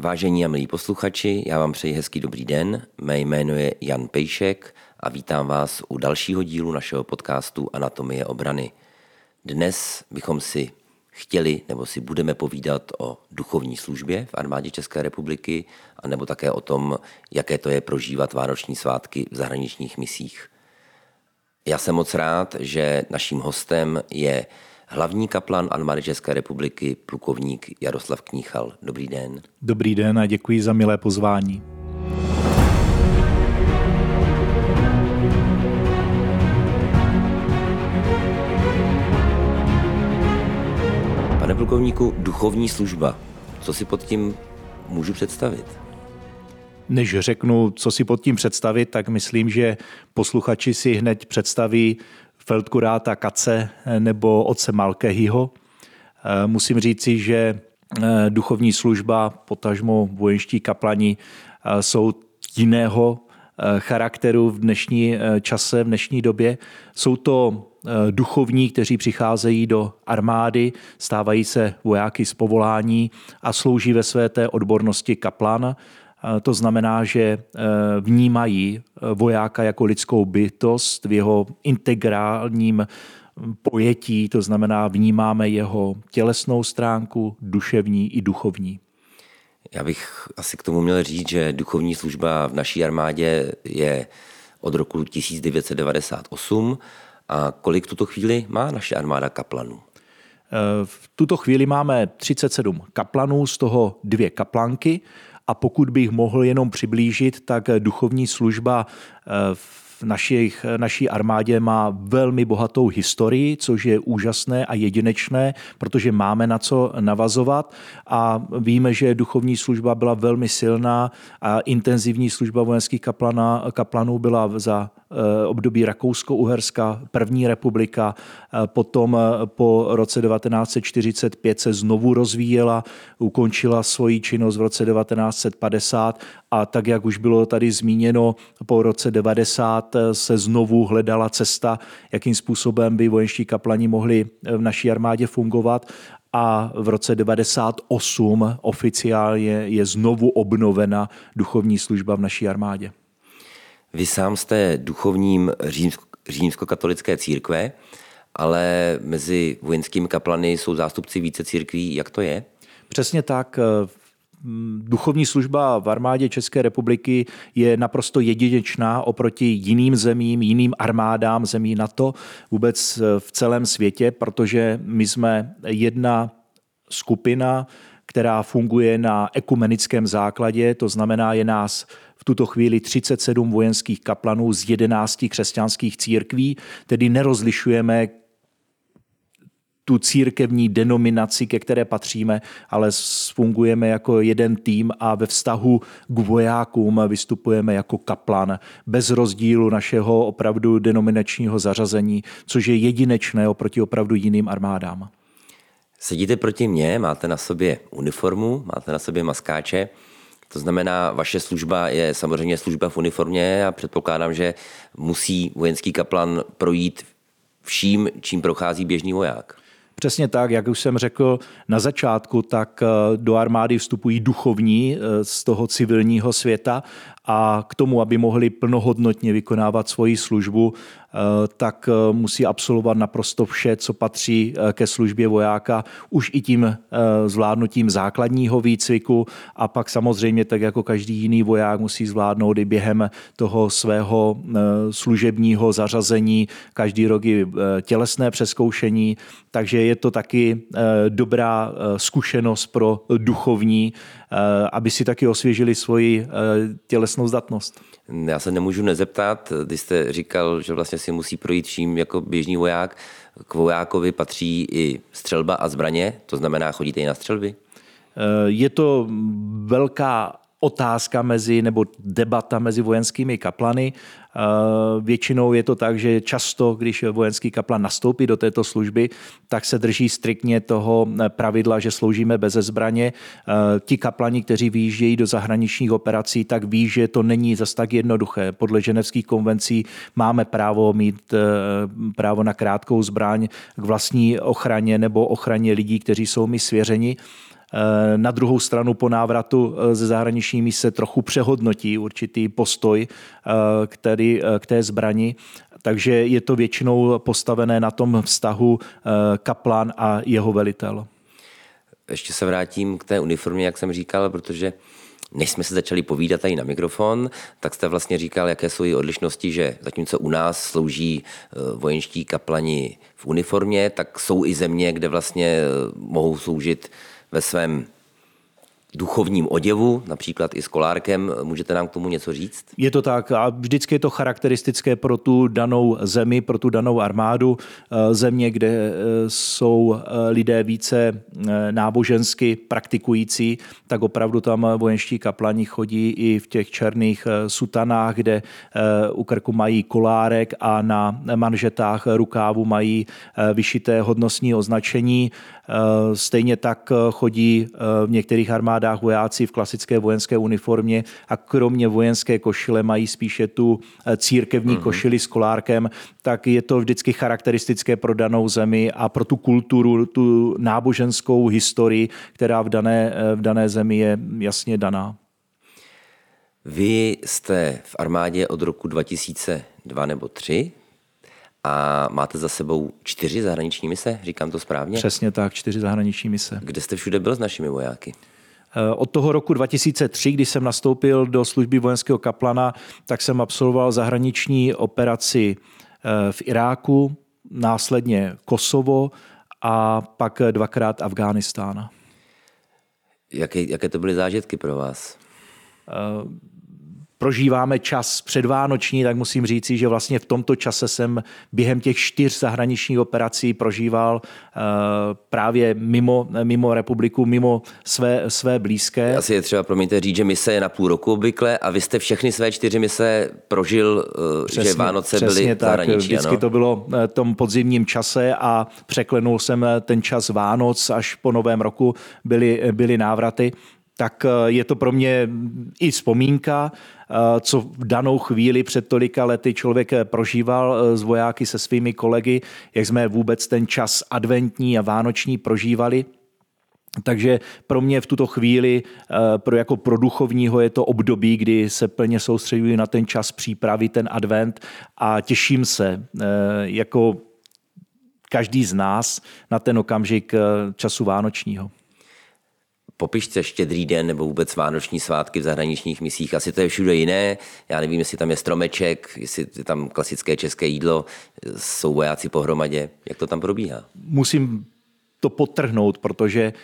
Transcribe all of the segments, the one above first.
Vážení a milí posluchači, já vám přeji hezký dobrý den. Mé jméno je Jan Pejšek a vítám vás u dalšího dílu našeho podcastu Anatomie obrany. Dnes bychom si chtěli nebo si budeme povídat o duchovní službě v armádě České republiky a nebo také o tom, jaké to je prožívat vánoční svátky v zahraničních misích. Já jsem moc rád, že naším hostem je hlavní kaplan armády České republiky, plukovník Jaroslav Kníchal. Dobrý den. Dobrý den a děkuji za milé pozvání. Pane plukovníku, duchovní služba. Co si pod tím můžu představit? Než řeknu, co si pod tím představit, tak myslím, že posluchači si hned představí feldkuráta Katze nebo otce Malkehyho. Musím říci, že duchovní služba, potažmo vojenští kaplani jsou jiného charakteru v dnešní čase, v dnešní době. Jsou to duchovní, kteří přicházejí do armády, stávají se vojáky z povolání a slouží ve své té odbornosti kaplan. To znamená, že vnímají vojáka jako lidskou bytost v jeho integrálním pojetí, to znamená vnímáme jeho tělesnou stránku, duševní i duchovní. Já bych asi k tomu měl říct, že duchovní služba v naší armádě je od roku 1998 a kolik v tuto chvíli má naše armáda kaplanů? V tuto chvíli máme 37 kaplanů, z toho 2 kaplanky. A pokud bych mohl jenom přiblížit, tak duchovní služba v naší armádě má velmi bohatou historii, což je úžasné a jedinečné, protože máme na co navazovat a víme, že duchovní služba byla velmi silná a intenzivní služba vojenských kaplanů byla za období Rakousko-Uherska, první republika, potom po roce 1945 se znovu rozvíjela, ukončila svoji činnost v roce 1950 a tak, jak už bylo tady zmíněno, po roce 90 se znovu hledala cesta, jakým způsobem by vojenští kaplani mohli v naší armádě fungovat. A v roce 1998 oficiálně je znovu obnovena duchovní služba v naší armádě. Vy sám jste duchovním římskokatolické církve, ale mezi vojenskými kaplany jsou zástupci více církví. Jak to je? Přesně tak. Duchovní služba v armádě České republiky je naprosto jedinečná oproti jiným zemím, jiným armádám zemí NATO, vůbec v celém světě, protože my jsme jedna skupina, která funguje na ekumenickém základě, to znamená, je nás v tuto chvíli 37 vojenských kaplanů z 11 křesťanských církví, tedy nerozlišujeme tu církevní denominaci, ke které patříme, ale fungujeme jako jeden tým a ve vztahu k vojákům vystupujeme jako kaplan, bez rozdílu našeho opravdu denominačního zařazení, což je jedinečné oproti opravdu jiným armádám. Sedíte proti mně, máte na sobě uniformu, máte na sobě maskáče, to znamená, vaše služba je samozřejmě služba v uniformě a předpokládám, že musí vojenský kaplan projít vším, čím prochází běžný voják. Přesně tak, jak už jsem řekl na začátku, tak do armády vstupují duchovní z toho civilního světa a k tomu, aby mohli plnohodnotně vykonávat svoji službu, tak musí absolvovat naprosto vše, co patří ke službě vojáka, už i tím zvládnutím základního výcviku a pak samozřejmě, tak jako každý jiný voják, musí zvládnout i během toho svého služebního zařazení každý rok i tělesné přezkoušení, takže je to taky dobrá zkušenost pro duchovní, aby si taky osvěžili svoji tělesnou zdatnost. Já se nemůžu nezeptat, když jste říkal, že vlastně si musí projít vším jako běžný voják. K vojákovi patří i střelba a zbraně, to znamená, chodíte i na střelby? Je to velká otázka nebo debata mezi vojenskými kaplany. Většinou je to tak, že často, když vojenský kaplan nastoupí do této služby, tak se drží striktně toho pravidla, že sloužíme beze zbraně. Ti kaplani, kteří vyjíždějí do zahraničních operací, tak ví, že to není zas tak jednoduché. Podle ženevských konvencí máme mít právo na krátkou zbraň k vlastní ochraně nebo ochraně lidí, kteří jsou mi svěřeni. Na druhou stranu po návratu ze zahraniční mise trochu přehodnotí určitý postoj k té zbrani. Takže je to většinou postavené na tom vztahu kaplan a jeho velitel. Ještě se vrátím k té uniformě, jak jsem říkal, protože než jsme se začali povídat tady na mikrofon, tak jste vlastně říkal, jaké jsou její odlišnosti, že zatímco u nás slouží vojenští kaplani v uniformě, tak jsou i země, kde vlastně mohou sloužit ve svém duchovním oděvu, například i s kolárkem. Můžete nám k tomu něco říct? Je to tak a vždycky je to charakteristické pro tu danou zemi, pro tu danou armádu. Země, kde jsou lidé více nábožensky praktikující, tak opravdu tam vojenští kaplani chodí i v těch černých sutanách, kde u krku mají kolárek a na manžetách rukávu mají vyšité hodnostní označení. Stejně tak chodí v některých armádách vojáci v klasické vojenské uniformě a kromě vojenské košile mají spíše tu církevní košili s kolárkem, tak je to vždycky charakteristické pro danou zemi a pro tu kulturu, tu náboženskou historii, která v dané zemi je jasně daná. Vy jste v armádě od roku 2002 nebo 2003 a máte za sebou 4 zahraniční mise, říkám to správně? Přesně tak, 4 zahraniční mise. Kde jste všude byl s našimi vojáky? Od toho roku 2003, kdy jsem nastoupil do služby vojenského kaplana, tak jsem absolvoval zahraniční operaci v Iráku, následně Kosovo a pak 2krát Afghánistán. Jaké to byly zážitky pro vás? Prožíváme čas předvánoční, tak musím říci, že vlastně v tomto čase jsem během těch 4 zahraničních operací prožíval právě mimo republiku, mimo své blízké. Asi je třeba, promiňte, říct, že mise je na půl roku obvykle a vy jste všechny své 4 mise prožil, přesně, že Vánoce byly v zahraničí. Vždycky ano? To bylo v tom podzimním čase a překlenul jsem ten čas Vánoc, až po Novém roku byly návraty. Tak je to pro mě i vzpomínka, co v danou chvíli před tolika lety člověk prožíval s vojáky, se svými kolegy, jak jsme vůbec ten čas adventní a vánoční prožívali. Takže pro mě v tuto chvíli, jako pro duchovního, je to období, kdy se plně soustředuji na ten čas přípravy, ten advent a těším se jako každý z nás na ten okamžik času vánočního. Popište Štědrý den nebo vůbec vánoční svátky v zahraničních misích. Asi to je všude jiné. Já nevím, jestli tam je stromeček, jestli je tam klasické české jídlo, jsou vojáci pohromadě. Jak to tam probíhá? Musím to podtrhnout, protože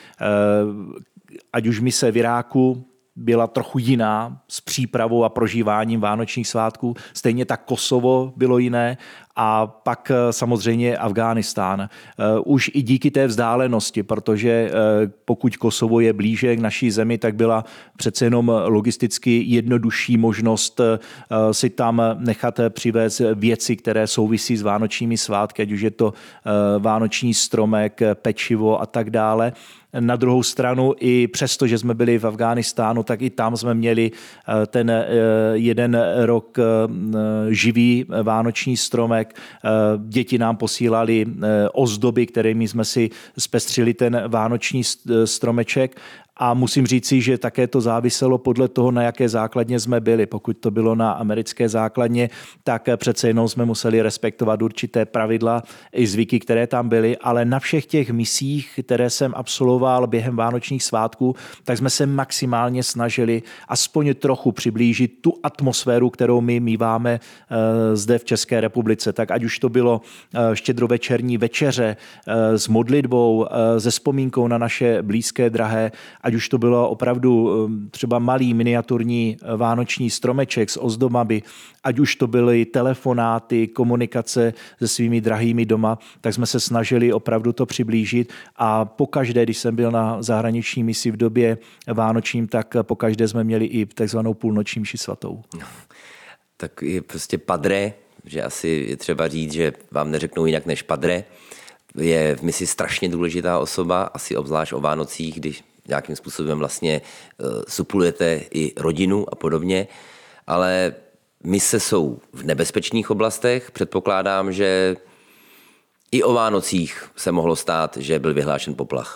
ať už mise v Iráku byla trochu jiná s přípravou a prožíváním vánočních svátků, stejně tak Kosovo bylo jiné a pak samozřejmě Afghánistán. Už i díky té vzdálenosti, protože pokud Kosovo je blíže k naší zemi, tak byla přece jenom logisticky jednodušší možnost si tam nechat přivést věci, které souvisí s vánočními svátky, ať už je to vánoční stromek, pečivo a tak dále. Na druhou stranu i přesto, že jsme byli v Afghánistánu, tak i tam jsme měli ten jeden rok živý vánoční stromek. Děti nám posílali ozdoby, kterými jsme si zpestřili ten vánoční stromeček. A musím říci, že také to záviselo podle toho, na jaké základně jsme byli. Pokud to bylo na americké základně, tak přece jenom jsme museli respektovat určité pravidla i zvyky, které tam byly, ale na všech těch misích, které jsem absolvoval během vánočních svátků, tak jsme se maximálně snažili aspoň trochu přiblížit tu atmosféru, kterou my míváme zde v České republice. Tak ať už to bylo štědrovečerní večeře s modlitbou, se vzpomínkou na naše blízké drahé, ať už to bylo opravdu třeba malý miniaturní vánoční stromeček s ozdobami, ať už to byly telefonáty, komunikace se svými drahými doma, tak jsme se snažili opravdu to přiblížit a pokaždé, když jsem byl na zahraniční misi v době vánočním, tak pokaždé jsme měli i takzvanou půlnoční mši svatou. No, tak je prostě padre, že asi je třeba říct, že vám neřeknou jinak než padre. Je v misi strašně důležitá osoba, asi obzvlášť o Vánocích, když nějakým způsobem vlastně suplujete i rodinu a podobně, ale mise jsou v nebezpečných oblastech. Předpokládám, že i o Vánocích se mohlo stát, že byl vyhlášen poplach.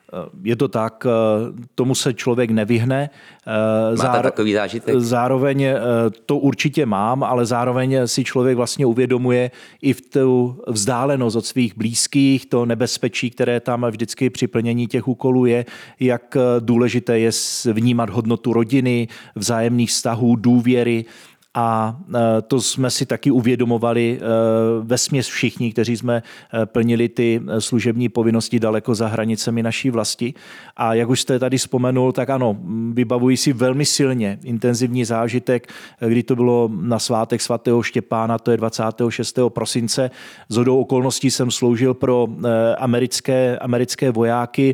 Je to tak, tomu se člověk nevyhne. Máte takový zážitek? Zároveň to určitě mám, ale zároveň si člověk vlastně uvědomuje i v tu vzdálenost od svých blízkých, to nebezpečí, které tam vždycky při plnění těch úkolů je, jak důležité je vnímat hodnotu rodiny, vzájemných vztahů, důvěry. A to jsme si taky uvědomovali vesměs všichni, kteří jsme plnili ty služební povinnosti daleko za hranicemi naší vlasti. A jak už jste tady vzpomenul, tak ano, vybavuji si velmi silně intenzivní zážitek, kdy to bylo na svátek svatého Štěpána, to je 26. prosince. Shodou okolností jsem sloužil pro americké vojáky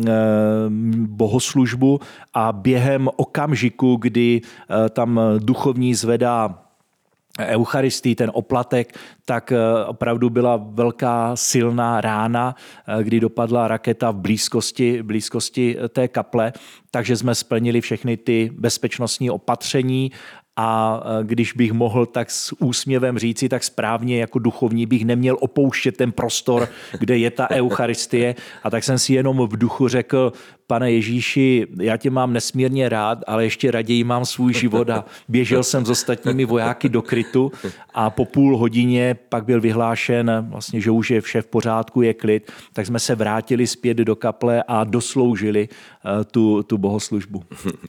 bohoslužbu a během okamžiku, kdy tam duchovní zvedá Eucharistii, ten oplatek, tak opravdu byla velká silná rána, kdy dopadla raketa v blízkosti té kaple, takže jsme splnili všechny ty bezpečnostní opatření. A když bych mohl tak s úsměvem říci, tak správně jako duchovní bych neměl opouštět ten prostor, kde je ta Eucharistie. A tak jsem si jenom v duchu řekl, Pane Ježíši, já tě mám nesmírně rád, ale ještě raději mám svůj život. A běžel jsem s ostatními vojáky do krytu a po půl hodině pak byl vyhlášen, vlastně, že už je vše v pořádku, je klid, tak jsme se vrátili zpět do kaple a dosloužili tu bohoslužbu.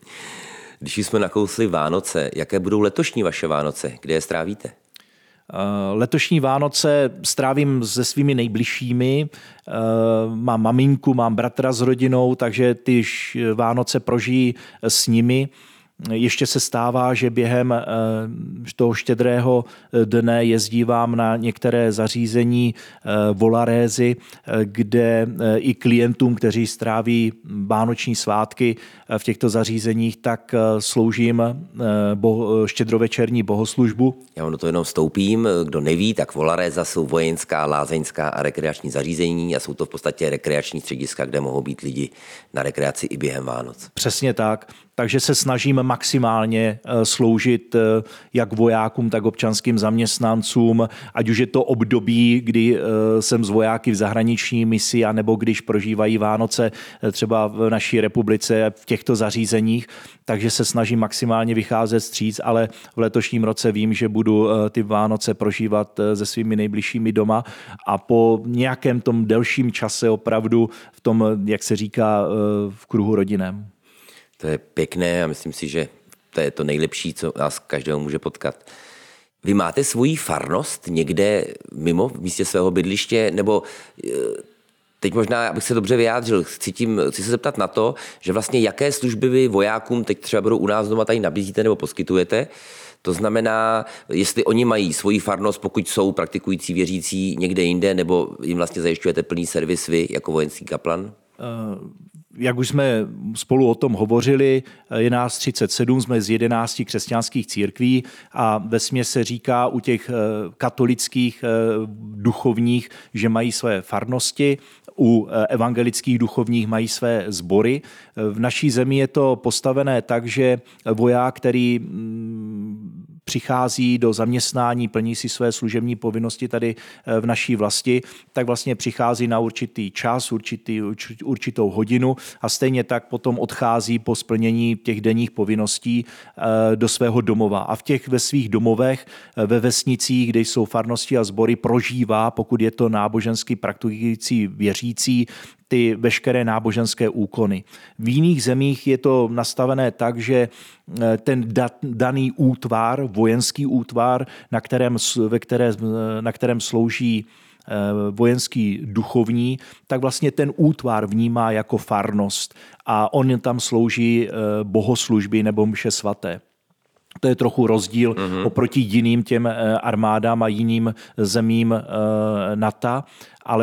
Když jsme nakousli Vánoce, jaké budou letošní vaše Vánoce? Kde je strávíte? Letošní Vánoce strávím se svými nejbližšími. Mám maminku, mám bratra s rodinou, takže ty Vánoce prožijí s nimi. Ještě se stává, že během toho štědrého dne jezdívám na některé zařízení volarézy, kde i klientům, kteří stráví vánoční svátky v těchto zařízeních, tak sloužím štědrovečerní bohoslužbu. Já vám do toho jenom vstoupím. Kdo neví, tak volaréza jsou vojenská, lázeňská a rekreační zařízení a jsou to v podstatě rekreační střediska, kde mohou být lidi na rekreaci i během Vánoc. Přesně tak. Takže se snažím maximálně sloužit jak vojákům, tak občanským zaměstnancům, ať už je to období, kdy jsem s vojáky v zahraniční misi, anebo když prožívají Vánoce třeba v naší republice v těchto zařízeních. Takže se snažím maximálně vycházet vstříc, ale v letošním roce vím, že budu ty Vánoce prožívat se svými nejbližšími doma a po nějakém tom delším čase opravdu v tom, jak se říká, v kruhu rodinném. To je pěkné a myslím si, že to je to nejlepší, co nás každého může potkat. Vy máte svoji farnost někde mimo v místě svého bydliště, nebo teď možná, abych se dobře vyjádřil, chci se zeptat na to, že vlastně jaké služby vy vojákům teď třeba budou u nás doma tady nabízíte nebo poskytujete. To znamená, jestli oni mají svoji farnost, pokud jsou praktikující věřící někde jinde, nebo jim vlastně zajišťujete plný servis vy jako vojenský kaplan? Jak už jsme spolu o tom hovořili, je nás 37, jsme z 11 křesťanských církví a vesměs se říká u těch katolických duchovních, že mají své farnosti, u evangelických duchovních mají své sbory. V naší zemi je to postavené tak, že voják, který přichází do zaměstnání, plní si své služební povinnosti tady v naší vlasti, tak vlastně přichází na určitý čas, určitou hodinu a stejně tak potom odchází po splnění těch denních povinností do svého domova. A ve svých domovech, ve vesnicích, kde jsou farnosti a sbory, prožívá, pokud je to nábožensky praktikující věřící, ty veškeré náboženské úkony. V jiných zemích je to nastavené tak, že ten daný útvar, vojenský útvar, na kterém slouží vojenský duchovní, tak vlastně ten útvar vnímá jako farnost a on tam slouží bohoslužby nebo mše svaté. To je trochu rozdíl oproti jiným těm armádám a jiným zemím NATO, ale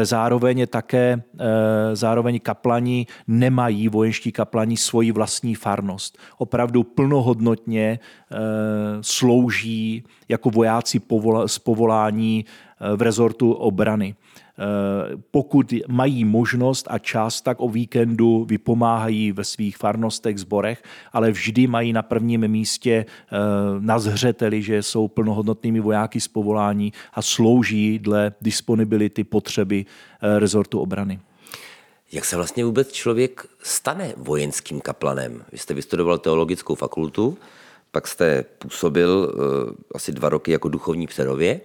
zároveň kaplani nemají, vojenští kaplani, svoji vlastní farnost. Opravdu plnohodnotně slouží jako vojáci z povolání v rezortu obrany. Pokud mají možnost a čas, tak o víkendu vypomáhají ve svých farnostech, sborech, ale vždy mají na prvním místě na zřeteli, že jsou plnohodnotnými vojáky z povolání a slouží dle disponibility potřeby rezortu obrany. Jak se vlastně vůbec člověk stane vojenským kaplanem? Vy jste vystudoval teologickou fakultu, pak jste působil asi 2 roky jako duchovní v Přerově.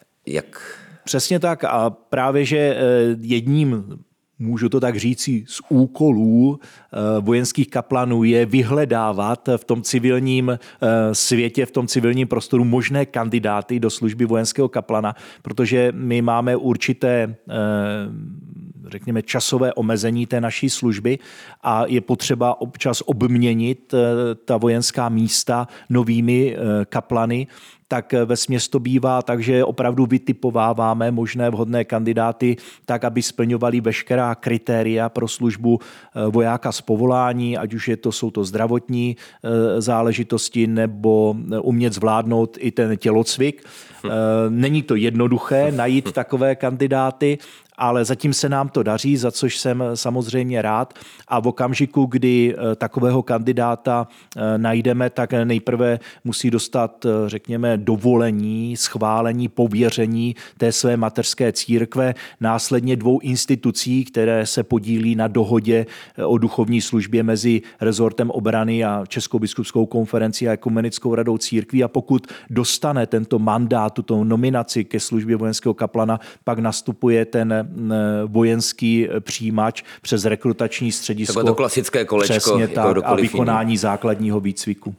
Přesně tak a právě, že jedním, můžu to tak říci, z úkolů vojenských kaplanů je vyhledávat v tom civilním světě, v tom civilním prostoru možné kandidáty do služby vojenského kaplana, protože my máme určité řekněme, časové omezení té naší služby a je potřeba občas obměnit ta vojenská místa novými kaplany, tak vesměs to bývá, takže opravdu vytipováváme možné vhodné kandidáty tak, aby splňovali veškerá kritéria pro službu vojáka z povolání, ať už jsou to zdravotní záležitosti nebo umět zvládnout i ten tělocvik. Není to jednoduché najít takové kandidáty, ale zatím se nám to daří, za což jsem samozřejmě rád. A v okamžiku, kdy takového kandidáta najdeme, tak nejprve musí dostat, řekněme, dovolení, schválení, pověření té své mateřské církve, následně 2 institucí, které se podílí na dohodě o duchovní službě mezi rezortem obrany a Českou biskupskou konferencí a Ekumenickou radou církví. A pokud dostane tento mandát, tuto nominaci ke službě vojenského kaplana, pak nastupuje ten vojenský přijímač přes rekrutační středisko. Takové to klasické kolečko. Přesně tak, a vykonání základního výcviku.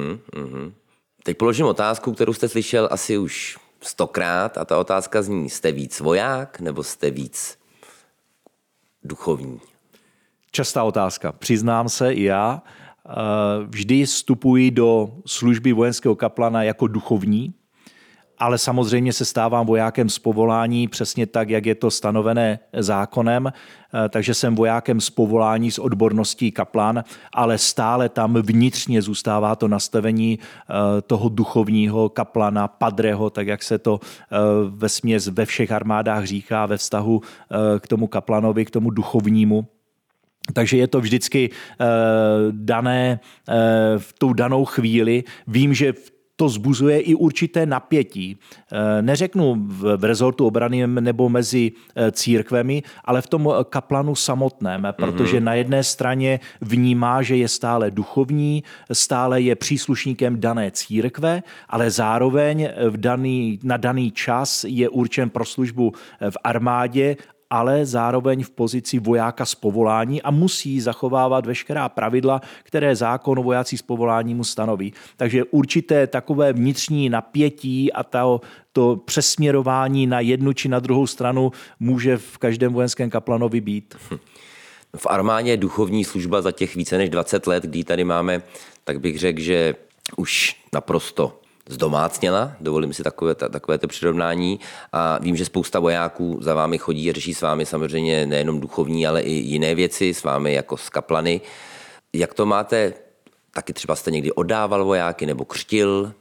Teď položím otázku, kterou jste slyšel asi už 100krát a ta otázka zní, jste víc voják nebo jste víc duchovní? Častá otázka. Přiznám se i já. Vždy vstupuji do služby vojenského kaplana jako duchovní, ale samozřejmě se stávám vojákem z povolání přesně tak, jak je to stanovené zákonem, takže jsem vojákem z povolání s odborností kaplan, ale stále tam vnitřně zůstává to nastavení toho duchovního kaplana, padreho, tak jak se to vesměs ve všech armádách říká ve vztahu k tomu kaplanovi, k tomu duchovnímu. Takže je to vždycky dané v tou danou chvíli. Vím, že to zbuzuje i určité napětí. Neřeknu v rezortu obrany nebo mezi církvemi, ale v tom kaplanu samotném, protože na jedné straně vnímá, že je stále duchovní, stále je příslušníkem dané církve, ale zároveň na daný čas je určen pro službu v armádě, ale zároveň v pozici vojáka z povolání a musí zachovávat veškerá pravidla, které zákon o vojácích z povolání mu stanoví. Takže určité takové vnitřní napětí a to přesměrování na jednu či na druhou stranu může v každém vojenském kaplanovi být. V armádě je duchovní služba za těch více než 20 let, kdy tady máme, tak bych řekl, že už naprosto zdomácněla, dovolím si takovéto přirovnání a vím, že spousta vojáků za vámi chodí a řeší s vámi samozřejmě nejenom duchovní, ale i jiné věci, s vámi jako s kaplany. Jak to máte? Taky třeba jste někdy oddával vojáky nebo křtil?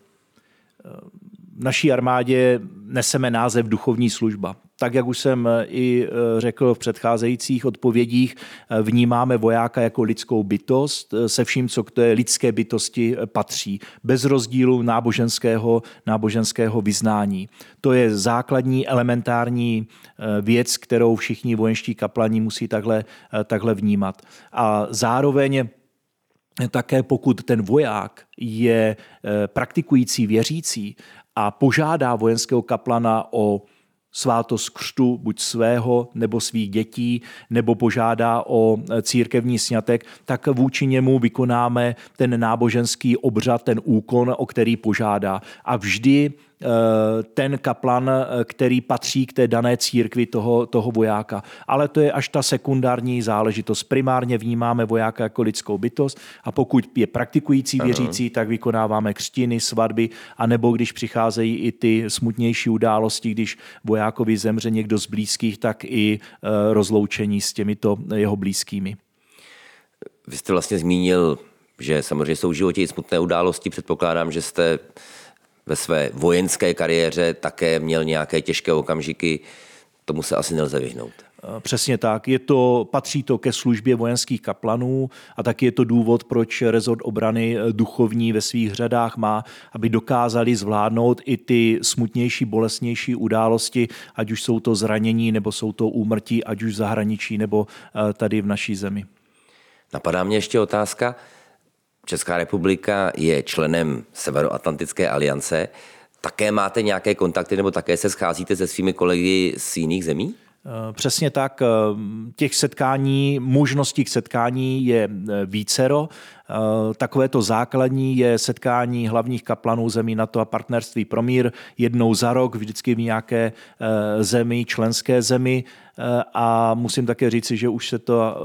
V naší armádě neseme název duchovní služba. Tak, jak už jsem i řekl v předcházejících odpovědích, vnímáme vojáka jako lidskou bytost se vším, co k té lidské bytosti patří, bez rozdílu náboženského vyznání. To je základní elementární věc, kterou všichni vojenští kaplani musí takhle vnímat. A zároveň také pokud ten voják je praktikující věřící a požádá vojenského kaplana o svátost křtu buď svého nebo svých dětí, nebo požádá o církevní sňatek, tak vůči němu vykonáme ten náboženský obřad, ten úkon, o který požádá. A vždy ten kaplan, který patří k té dané církvi toho vojáka. Ale to je až ta sekundární záležitost. Primárně vnímáme vojáka jako lidskou bytost a pokud je praktikující věřící, tak vykonáváme křtiny, svatby, anebo když přicházejí i ty smutnější události, když vojákovi zemře někdo z blízkých, tak i rozloučení s těmito jeho blízkými. Vy jste vlastně zmínil, že samozřejmě jsou v životě i smutné události. Předpokládám, že jste ve své vojenské kariéře také měl nějaké těžké okamžiky, tomu se asi nelze vyhnout. Přesně tak. Patří to ke službě vojenských kaplanů a taky je to důvod, proč rezort obrany duchovní ve svých řadách má, aby dokázali zvládnout i ty smutnější, bolestnější události, ať už jsou to zranění, nebo jsou to úmrtí, ať už v zahraničí, nebo tady v naší zemi. Napadá mě ještě otázka. Česká republika je členem Severoatlantické aliance. Také máte nějaké kontakty nebo také se scházíte se svými kolegy z jiných zemí? Přesně tak. Těch setkání, možností k setkání je vícero. Takové to základní je setkání hlavních kaplanů zemí NATO a partnerství pro mír jednou za rok, vždycky v nějaké zemi, členské zemi. A musím také říci, že už se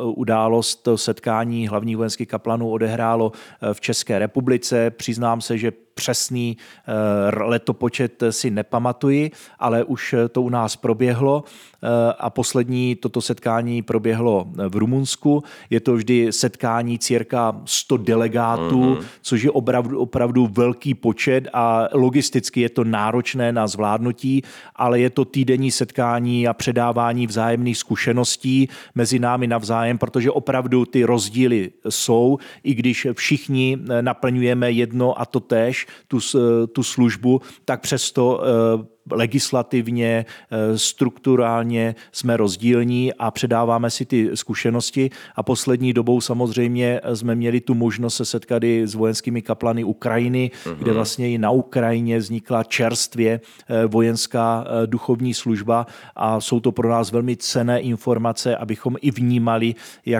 to setkání hlavních vojenských kaplanů odehrálo v České republice. Přiznám se, že přesný letopočet si nepamatuji, ale už to u nás proběhlo a poslední toto setkání proběhlo v Rumunsku. Je to vždy setkání cirka 100 delegátů, což je opravdu velký počet a logisticky je to náročné na zvládnutí, ale je to týdenní setkání a předávání vzájemných zkušeností mezi námi navzájem, protože opravdu ty rozdíly jsou, i když všichni naplňujeme jedno a to též, tu službu, tak přesto legislativně, strukturálně jsme rozdílní a předáváme si ty zkušenosti a poslední dobou samozřejmě jsme měli tu možnost se setkat i s vojenskými kaplany Ukrajiny, kde vlastně i na Ukrajině vznikla čerstvě vojenská duchovní služba a jsou to pro nás velmi cenné informace, abychom i vnímali,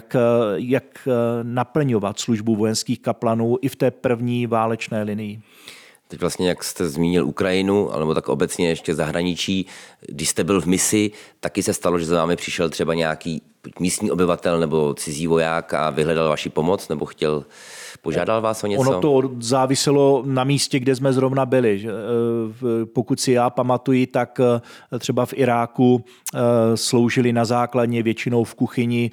jak naplňovat službu vojenských kaplanů i v té první válečné linii. Teď vlastně, jak jste zmínil Ukrajinu, alebo tak obecně ještě zahraničí, když jste byl v misi, taky se stalo, že za vámi přišel třeba nějaký místní obyvatel nebo cizí voják a vyhledal vaši pomoc, nebo požádal vás o něco? Ono to záviselo na místě, kde jsme zrovna byli. Pokud si já pamatuji, tak třeba v Iráku sloužili na základně většinou v kuchyni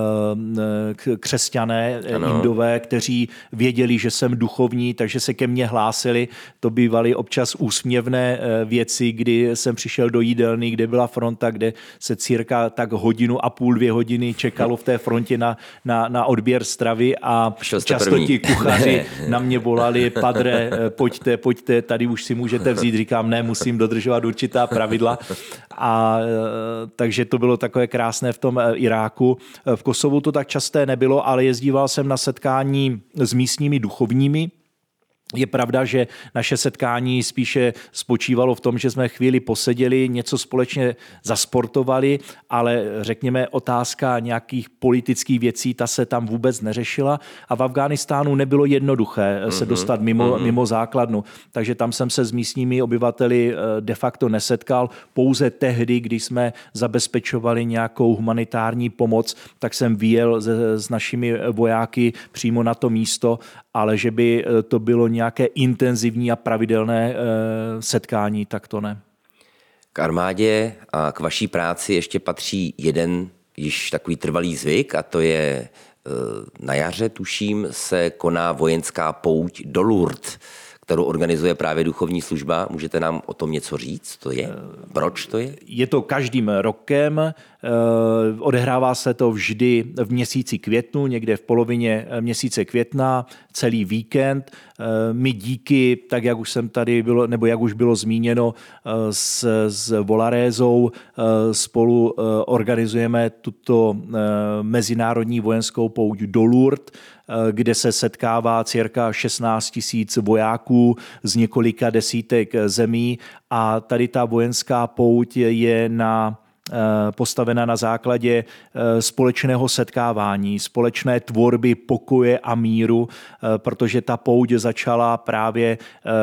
křesťané, Indové, kteří věděli, že jsem duchovní, takže se ke mně hlásili. To bývaly občas úsměvné věci, kdy jsem přišel do jídelny, kde byla fronta, kde se cirka tak hodinu a půl, 2 hodiny čekalo v té frontě na odběr stravy a často ti kuchaři na mě volali, padre, pojďte, tady už si můžete vzít. Říkám, ne, musím dodržovat určitá pravidla. A takže to bylo takové krásné v tom Iráku. V Kosovu to tak časté nebylo, ale jezdíval jsem na setkání s místními duchovními. Je pravda, že naše setkání spíše spočívalo v tom, že jsme chvíli poseděli, něco společně zasportovali, ale řekněme otázka nějakých politických věcí, ta se tam vůbec neřešila a v Afghánistánu nebylo jednoduché se dostat mimo základnu. Takže tam jsem se s místními obyvateli de facto nesetkal. Pouze tehdy, když jsme zabezpečovali nějakou humanitární pomoc, tak jsem vyjel s našimi vojáky přímo na to místo, ale že by to bylo nějaké intenzivní a pravidelné setkání, tak to ne. K armádě a k vaší práci ještě patří jeden již takový trvalý zvyk a to je na jaře, tuším, se koná vojenská pouť do Lourdes, kterou organizuje právě duchovní služba. Můžete nám o tom něco říct? To je? Proč to je? Je to každým rokem. Odehrává se to vždy v měsíci květnu, někde v polovině měsíce května, celý víkend. My díky, tak jak už jsem tady bylo, nebo jak už bylo zmíněno s Volarézou, spolu organizujeme tuto mezinárodní vojenskou pouť do Lourdes, kde se setkává cirka 16 000 vojáků z několika desítek zemí a tady ta vojenská pouť je postavena na základě společného setkávání, společné tvorby pokoje a míru, protože ta pouť začala právě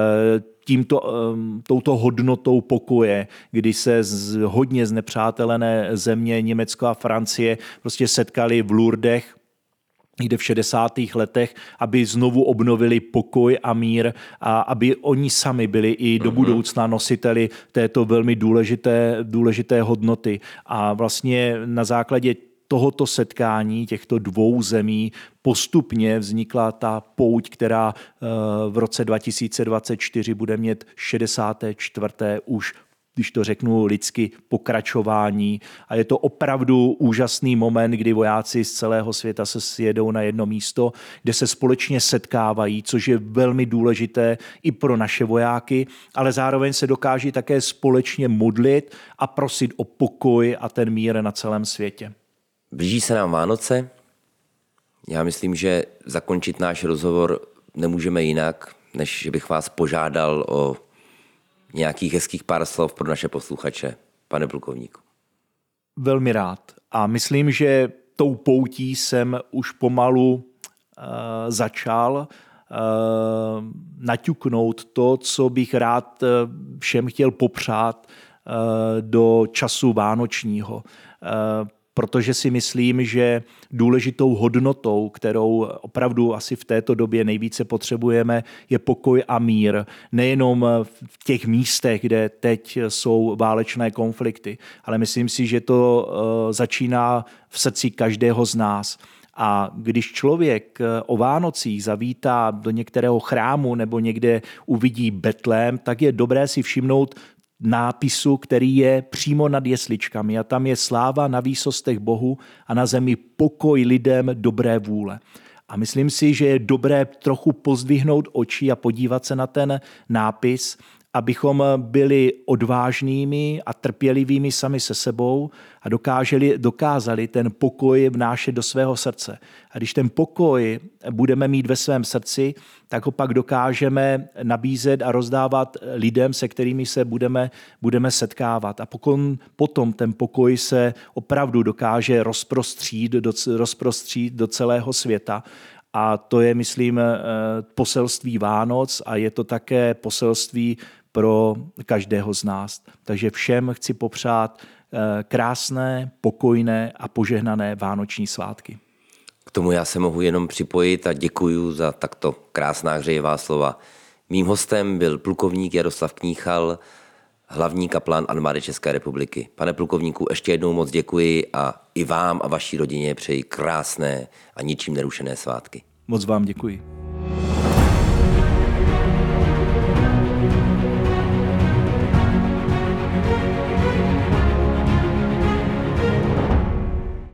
touto hodnotou pokoje, kdy se hodně znepřátelené země, Německo a Francie, prostě setkali v Lourdech, někde v 60. letech, aby znovu obnovili pokoj a mír a aby oni sami byli i do budoucna nositeli této velmi důležité hodnoty. A vlastně na základě tohoto setkání těchto dvou zemí postupně vznikla ta pouť, která v roce 2024 bude mít 64. už když to řeknu lidsky, pokračování. A je to opravdu úžasný moment, kdy vojáci z celého světa se sjedou na jedno místo, kde se společně setkávají, což je velmi důležité i pro naše vojáky, ale zároveň se dokáží také společně modlit a prosit o pokoj a ten mír na celém světě. Blíží se nám Vánoce. Já myslím, že zakončit náš rozhovor nemůžeme jinak, než že bych vás požádal o nějakých hezkých pár slov pro naše posluchače, pane plukovníku. Velmi rád. A myslím, že tou poutí jsem už pomalu začal naťuknout to, co bych rád všem chtěl popřát do času vánočního. Protože si myslím, že důležitou hodnotou, kterou opravdu asi v této době nejvíce potřebujeme, je pokoj a mír. Nejenom v těch místech, kde teď jsou válečné konflikty, ale myslím si, že to začíná v srdci každého z nás. A když člověk o Vánocích zavítá do některého chrámu nebo někde uvidí Betlém, tak je dobré si všimnout nápisu, který je přímo nad jesličkami a tam je sláva na výsostech Bohu a na zemi pokoj lidem dobré vůle. A myslím si, že je dobré trochu pozdvihnout oči a podívat se na ten nápis, abychom byli odvážnými a trpělivými sami se sebou a dokázali ten pokoj vnášet do svého srdce. A když ten pokoj budeme mít ve svém srdci, tak ho pak dokážeme nabízet a rozdávat lidem, se kterými se budeme setkávat. A potom ten pokoj se opravdu dokáže rozprostřít do celého světa. A to je, myslím, poselství Vánoc a je to také poselství pro každého z nás. Takže všem chci popřát krásné, pokojné a požehnané vánoční svátky. K tomu já se mohu jenom připojit a děkuju za takto krásná hřejivá slova. Mým hostem byl plukovník Jaroslav Kníchal, hlavní kaplan armády České republiky. Pane plukovníku, ještě jednou moc děkuji a i vám a vaší rodině přeji krásné a ničím nerušené svátky. Moc vám děkuji.